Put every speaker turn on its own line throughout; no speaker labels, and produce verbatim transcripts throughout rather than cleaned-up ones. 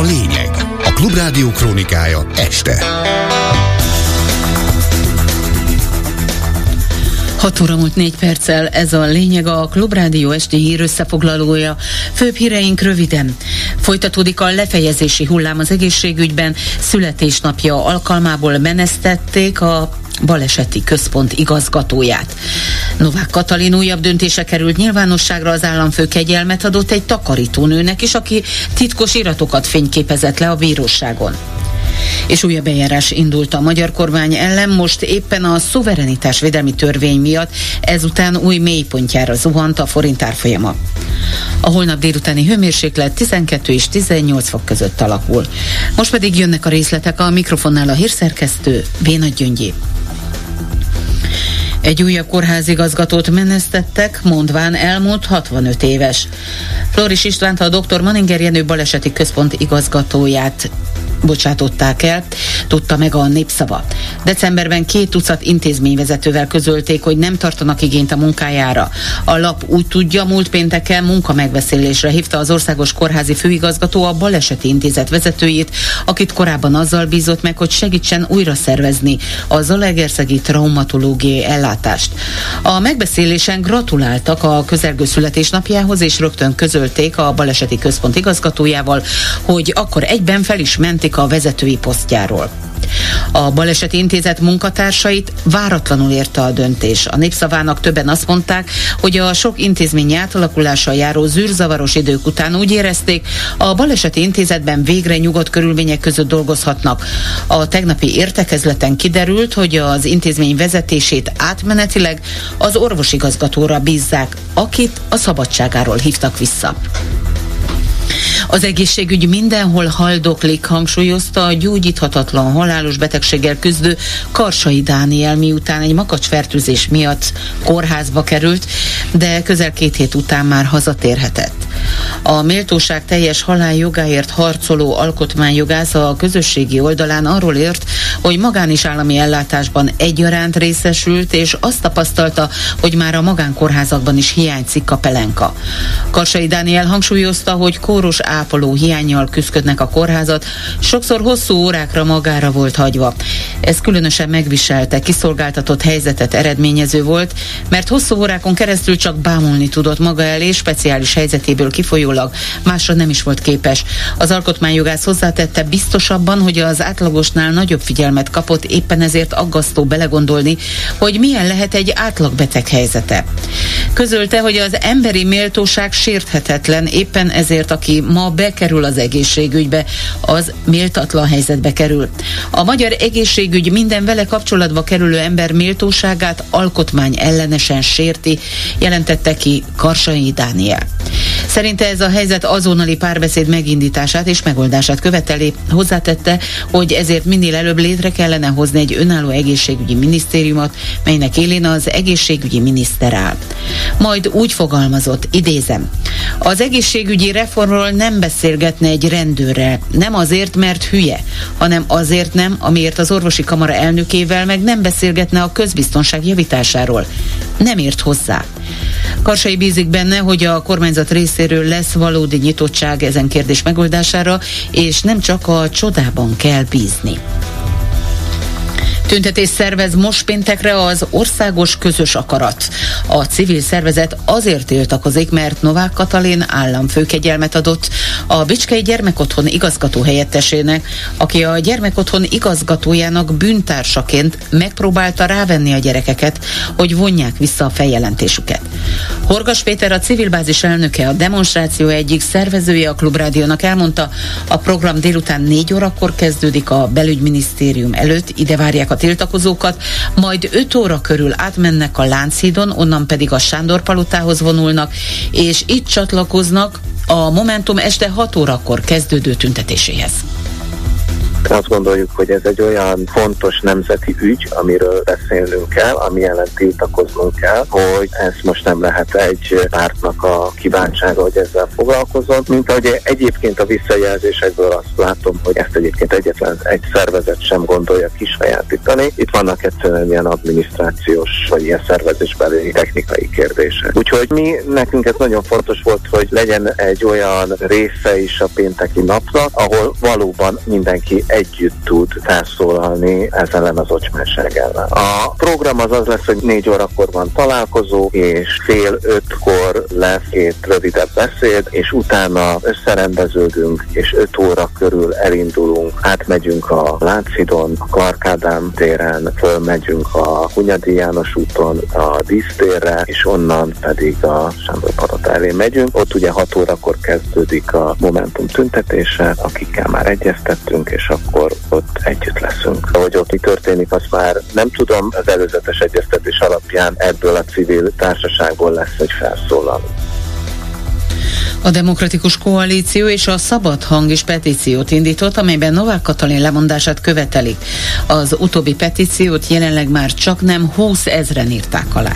lényeg. A Klubrádió krónikája este.
hat óra múlt négy perccel, ez a lényeg, a Klubrádió esti hír összefoglalója. Főbb híreink röviden. Folytatódik a lefejezési hullám az egészségügyben. Születésnapja alkalmából menesztették a baleseti központ igazgatóját. Novák Katalin újabb döntése került nyilvánosságra, az államfő kegyelmet adott egy takarítónőnek is, aki titkos iratokat fényképezett le a bíróságon. És újabb eljárás indult a magyar kormány ellen, most éppen a szuverenitásvédelmi törvény miatt, ezután új mélypontjára zuhant a forint árfolyama. A holnap délutáni hőmérséklet tizenkettő és tizennyolc fok között alakul. Most pedig jönnek a részletek, a mikrofonnál a hírszerkesztő Béna Gyöngyé. Egy újabb kórházigazgatót menesztettek, mondván elmúlt hatvanöt éves. Floris Istvánt, a dr. Manninger Jenő baleseti központ igazgatóját bocsátották el, tudta meg a Népszava. Decemberben két tucat intézményvezetővel közölték, hogy nem tartanak igényt a munkájára. A lap úgy tudja, múlt pénteken munkamegbeszélésre hívta az országos kórházi főigazgató a baleseti intézet vezetőjét, akit korábban azzal bízott meg, hogy segítsen újra szervezni a zalaegerszegi traumatológiai ellátást. A megbeszélésen gratuláltak a közelgő születésnapjához, és rögtön közölték a baleseti központ igazgatójával, hogy akkor egyben fel is mentik a vezetői posztjáról. A baleseti intézet munkatársait váratlanul érte a döntés. A Népszavának többen azt mondták, hogy a sok intézmény átalakulással járó zűrzavaros idők után úgy érezték, a baleseti intézetben végre nyugodt körülmények között dolgozhatnak. A tegnapi értekezleten kiderült, hogy az intézmény vezetését átmenetileg az orvosigazgatóra bízzák, akit a szabadságáról hívtak vissza. Az egészségügy mindenhol haldoklik, hangsúlyozta a gyógyíthatatlan halálos betegséggel küzdő Karsai Dániel, miután egy makacsfertőzés miatt kórházba került, de közel két hét után már hazatérhetett. A méltóság teljes halál jogáért harcoló alkotmányjogász a közösségi oldalán arról ért, hogy magán és állami ellátásban egyaránt részesült, és azt tapasztalta, hogy már a magánkórházakban is hiányzik a pelenka. Karsai Dániel hangsúlyozta, hogy kóros ápoló hiánnyal küszködnek a kórházat, sokszor hosszú órákra magára volt hagyva. Ez különösen megviselte, kiszolgáltatott helyzetet eredményező volt, mert hosszú órákon keresztül csak bámulni tudott maga elé, speciális helyzetéből kifolyólag másra nem is volt képes. Az alkotmányjogász hozzátette, biztosabban, hogy az átlagosnál nagyobb figyelmet kapott, éppen ezért aggasztó belegondolni, hogy milyen lehet egy átlagbeteg helyzete. Közölte, hogy az emberi méltóság sérthetetlen, éppen ezért aki ma bekerül az egészségügybe, az méltatlan helyzetbe kerül. A magyar egészségügy minden vele kapcsolatba kerülő ember méltóságát alkotmány ellenesen sérti, jelentette ki Karsai Dániel. Szerinte ez a helyzet azonnali párbeszéd megindítását és megoldását követeli. Hozzátette, hogy ezért minél előbb létre kellene hozni egy önálló egészségügyi minisztériumot, melynek élén az egészségügyi miniszter áll. Majd úgy fogalmazott, idézem: az egészségügyi reformról nem beszélgetne egy rendőrrel, nem azért, mert hülye, hanem azért nem, amiért az orvosi kamara elnökével meg nem beszélgetne a közbiztonság javításáról. Nem ért hozzá. Karsai bízik benne, hogy a kormányzat részéről lesz valódi nyitottság ezen kérdés megoldására, és nem csak a csodában kell bízni. Tüntetés szervez most péntekre az Országos Közös Akarat. A civil szervezet azért tiltakozik, mert Novák Katalin államfőkegyelmet adott a Bicskei Gyermekotthon igazgató helyettesének, aki a gyermekotthon igazgatójának bűntársaként megpróbálta rávenni a gyerekeket, hogy vonják vissza a feljelentésüket. Horgas Péter, a civil bázis elnöke, a demonstráció egyik szervezője a Klubrádiónak elmondta, a program délután négy órakor kezdődik a belügyminisztérium előtt, ide várják a tiltakozókat, majd öt óra körül átmennek a Lánchídon, onnan pedig a Sándor palotához vonulnak, és itt csatlakoznak a Momentum este hat órakor kezdődő tüntetéséhez.
Azt gondoljuk, hogy ez egy olyan fontos nemzeti ügy, amiről beszélnünk kell, ami ellen tiltakoznunk kell, hogy ez most nem lehet egy pártnak a kívánsága, hogy ezzel foglalkozzon, mint ahogy egyébként a visszajelzésekből azt látom, hogy ezt egyébként egyetlen egy szervezet sem gondolja kisajátítani. Itt vannak egyszerűen ilyen adminisztrációs vagy ilyen szervezésbeli technikai kérdések. Úgyhogy mi, nekünk ez nagyon fontos volt, hogy legyen egy olyan része is a pénteki napnak, ahol valóban mindenki együtt tud felszólalni ez ellen az ocsmánság ellen. A program az az lesz, hogy négy órakor van találkozó, és fél ötkor lesz két rövidebb beszéd, és utána összerendeződünk, és öt óra körül elindulunk, átmegyünk a Lánchidon, a Clark-Ádám téren, fölmegyünk a Hunyadi János úton a dísztérre, és onnan pedig a Sándor Palota elé megyünk. Ott ugye hat órakor kezdődik a Momentum tüntetése, akikkel már egyeztettünk, és akkor ott együtt leszünk. Ahogy ott mi történik, azt már nem tudom, az előzetes egyeztetés alapján ebből a civil társaságból lesz egy felszólaló.
A Demokratikus Koalíció és a Szabad Hang is petíciót indított, amelyben Novák Katalin lemondását követelik. Az utóbbi petíciót jelenleg már csaknem húszezren írták alá.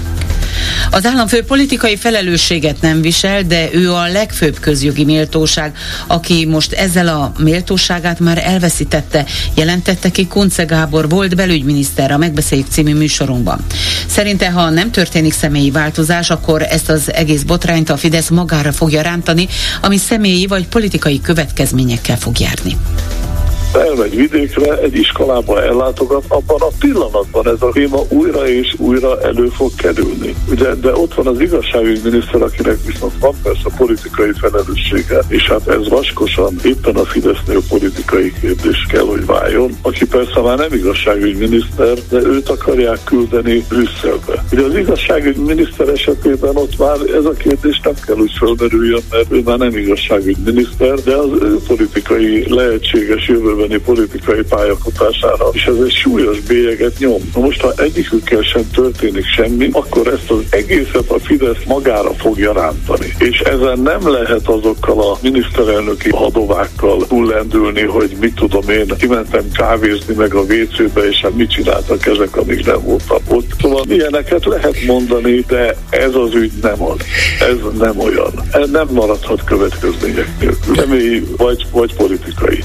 Az államfő politikai felelősséget nem visel, de ő a legfőbb közjogi méltóság, aki most ezzel a méltóságát már elveszítette, jelentette ki Kunce Gábor volt belügyminiszter a Megbeszéljük című műsorunkban. Szerinte, ha nem történik személyi változás, akkor ezt az egész botrányt a Fidesz magára fogja rántani, ami személyi vagy politikai következményekkel fog járni.
Elmegy vidékre, egy iskolába ellátogat, abban a pillanatban ez a téma újra és újra elő fog kerülni. Ugye, de ott van az igazságügyminiszter, akinek viszont van persze politikai felelőssége, és hát ez vaskosan éppen a Fidesznél politikai kérdés kell, hogy váljon, aki persze már nem igazságügyminiszter, de őt akarják küldeni Brüsszelbe. Ugye az igazságügyminiszter esetében ott már ez a kérdés nem kell, hogy fölmerüljön, mert ő már nem igazságügyminiszter, de az ő politikai lehetséges jövőben politikai pályafutására, és ez egy súlyos bélyeget nyom. Na most, ha egyikükkel sem történik semmi, akkor ezt az egészet a Fidesz magára fogja rántani. És ezen nem lehet azokkal a miniszterelnöki hadovákkal túllendülni, hogy mit tudom én, kimentem kávézni meg a vécébe, és hát mit csináltak ezek, amíg nem voltam ott. Szóval ilyeneket lehet mondani, de ez az ügy nem az. Ez nem olyan. Ez nem maradhat következmények nélkül. Személyi vagy, vagy politikai.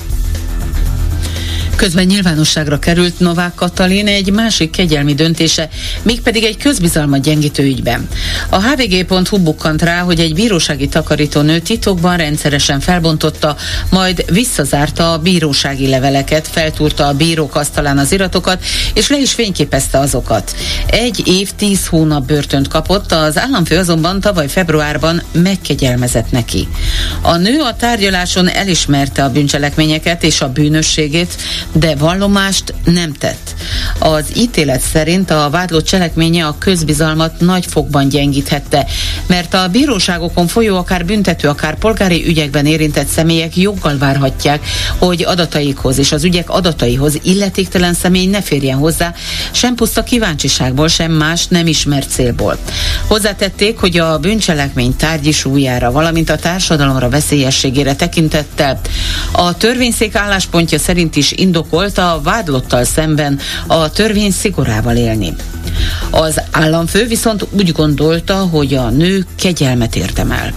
Közben nyilvánosságra került Novák Katalin egy másik kegyelmi döntése, mégpedig egy közbizalmat gyengítő ügyben. A há vé gé pont hú bukkant rá, hogy egy bírósági takarítónő titokban rendszeresen felbontotta, majd visszazárta a bírósági leveleket, feltúrta a bírók asztalán az iratokat, és le is fényképezte azokat. Egy év, tíz hónap börtönt kapott, az államfő azonban tavaly februárban megkegyelmezett neki. A nő a tárgyaláson elismerte a bűncselekményeket és a bűnösségét, de vallomást nem tett. Az ítélet szerint a vádlott cselekménye a közbizalmat nagy fokban gyengíthette, mert a bíróságokon folyó akár büntető, akár polgári ügyekben érintett személyek joggal várhatják, hogy adataikhoz és az ügyek adataihoz illetéktelen személy ne férjen hozzá, sem puszta kíváncsiságból, sem más nem ismert célból. Hozzátették, hogy a bűncselekmény tárgyi súlyára, valamint a társadalomra veszélyességére tekintettel a törvényszék álláspontja szerint is indokolt a vádlottal szemben a törvény szigorával élni. Az államfő viszont úgy gondolta, hogy a nő kegyelmet érdemel.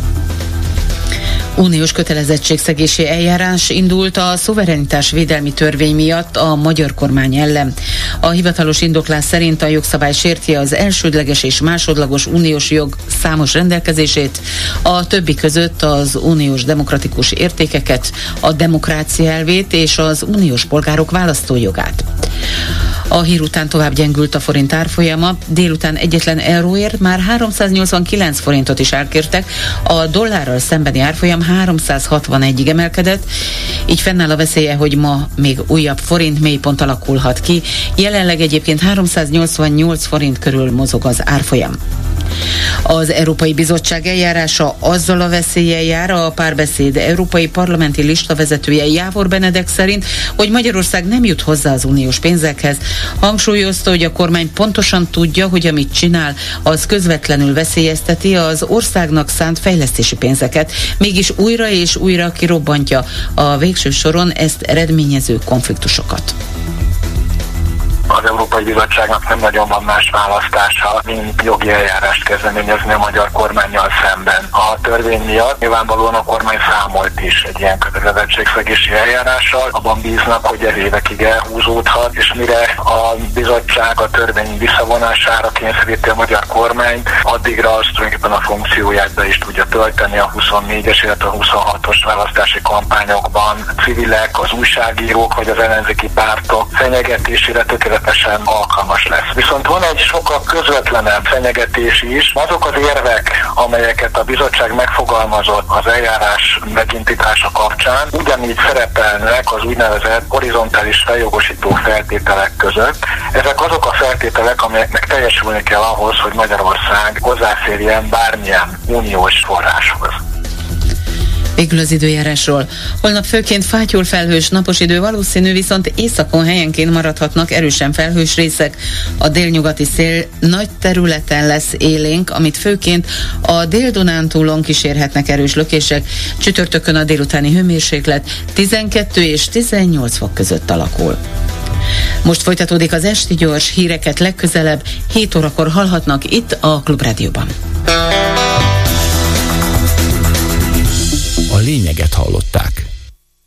Uniós kötelezettségszegési eljárás indult a szuverenitás védelmi törvény miatt a magyar kormány ellen. A hivatalos indoklás szerint a jogszabály sérti az elsődleges és másodlagos uniós jog számos rendelkezését, a többi között az uniós demokratikus értékeket, a demokrácia elvét és az uniós polgárok választójogát. A hír után tovább gyengült a forint árfolyama, délután egyetlen euróért már háromszáznyolcvankilenc forintot is elkértek, a dollárral szembeni árfolyam háromszázhatvanegyig emelkedett, így fennáll a veszélye, hogy ma még újabb forint mélypont alakulhat ki, jelenleg egyébként háromszáznyolcvannyolc forint körül mozog az árfolyam. Az Európai Bizottság eljárása azzal a veszéllyel jár, a Párbeszéd európai parlamenti listavezetője Jávor Benedek szerint, hogy Magyarország nem jut hozzá az uniós pénzekhez. Hangsúlyozta, hogy a kormány pontosan tudja, hogy amit csinál, az közvetlenül veszélyezteti az országnak szánt fejlesztési pénzeket, mégis újra és újra kirobbantja a végső soron ezt eredményező konfliktusokat.
Az Európai Bizottságnak nem nagyon van más választása, mint jogi eljárást kezdeményezni a magyar kormánnyal szemben. A törvény miatt nyilvánvalóan a kormány számolt is egy ilyen kötelezettségszegési eljárással, abban bíznak, hogy ez évekig elhúzódhat, és mire a bizottság a törvény visszavonására kényszeríti a magyar kormányt, addigra az tulajdonképpen a funkcióját be is tudja tölteni a huszonnégyes, illetve a huszonhatos választási kampányokban. Civilek, az újságírók vagy az ellenzéki pártok fenyegetésére tökéletesen alkalmas lesz. Viszont van egy sokkal közvetlenebb fenyegetés is. Azok az érvek, amelyeket a bizottság megfogalmazott az eljárás megindítása kapcsán, ugyanígy szerepelnek az úgynevezett horizontális feljogosító feltételek között. Ezek azok a feltételek, amelyeknek teljesülni kell ahhoz, hogy Magyarország hozzáférjen bármilyen uniós forráshoz.
Végül az időjárásról. Holnap főként fátyol felhős, napos idő valószínű, viszont északon helyenként maradhatnak erősen felhős részek. A délnyugati szél nagy területen lesz élénk, amit főként a Dél-Dunántúlon kísérhetnek erős lökések. Csütörtökön a délutáni hőmérséklet tizenkettő és tizennyolc fok között alakul. Most folytatódik az esti gyors, híreket legközelebb hét órakor hallhatnak itt a Klubrádióban.
A lényeget hallották.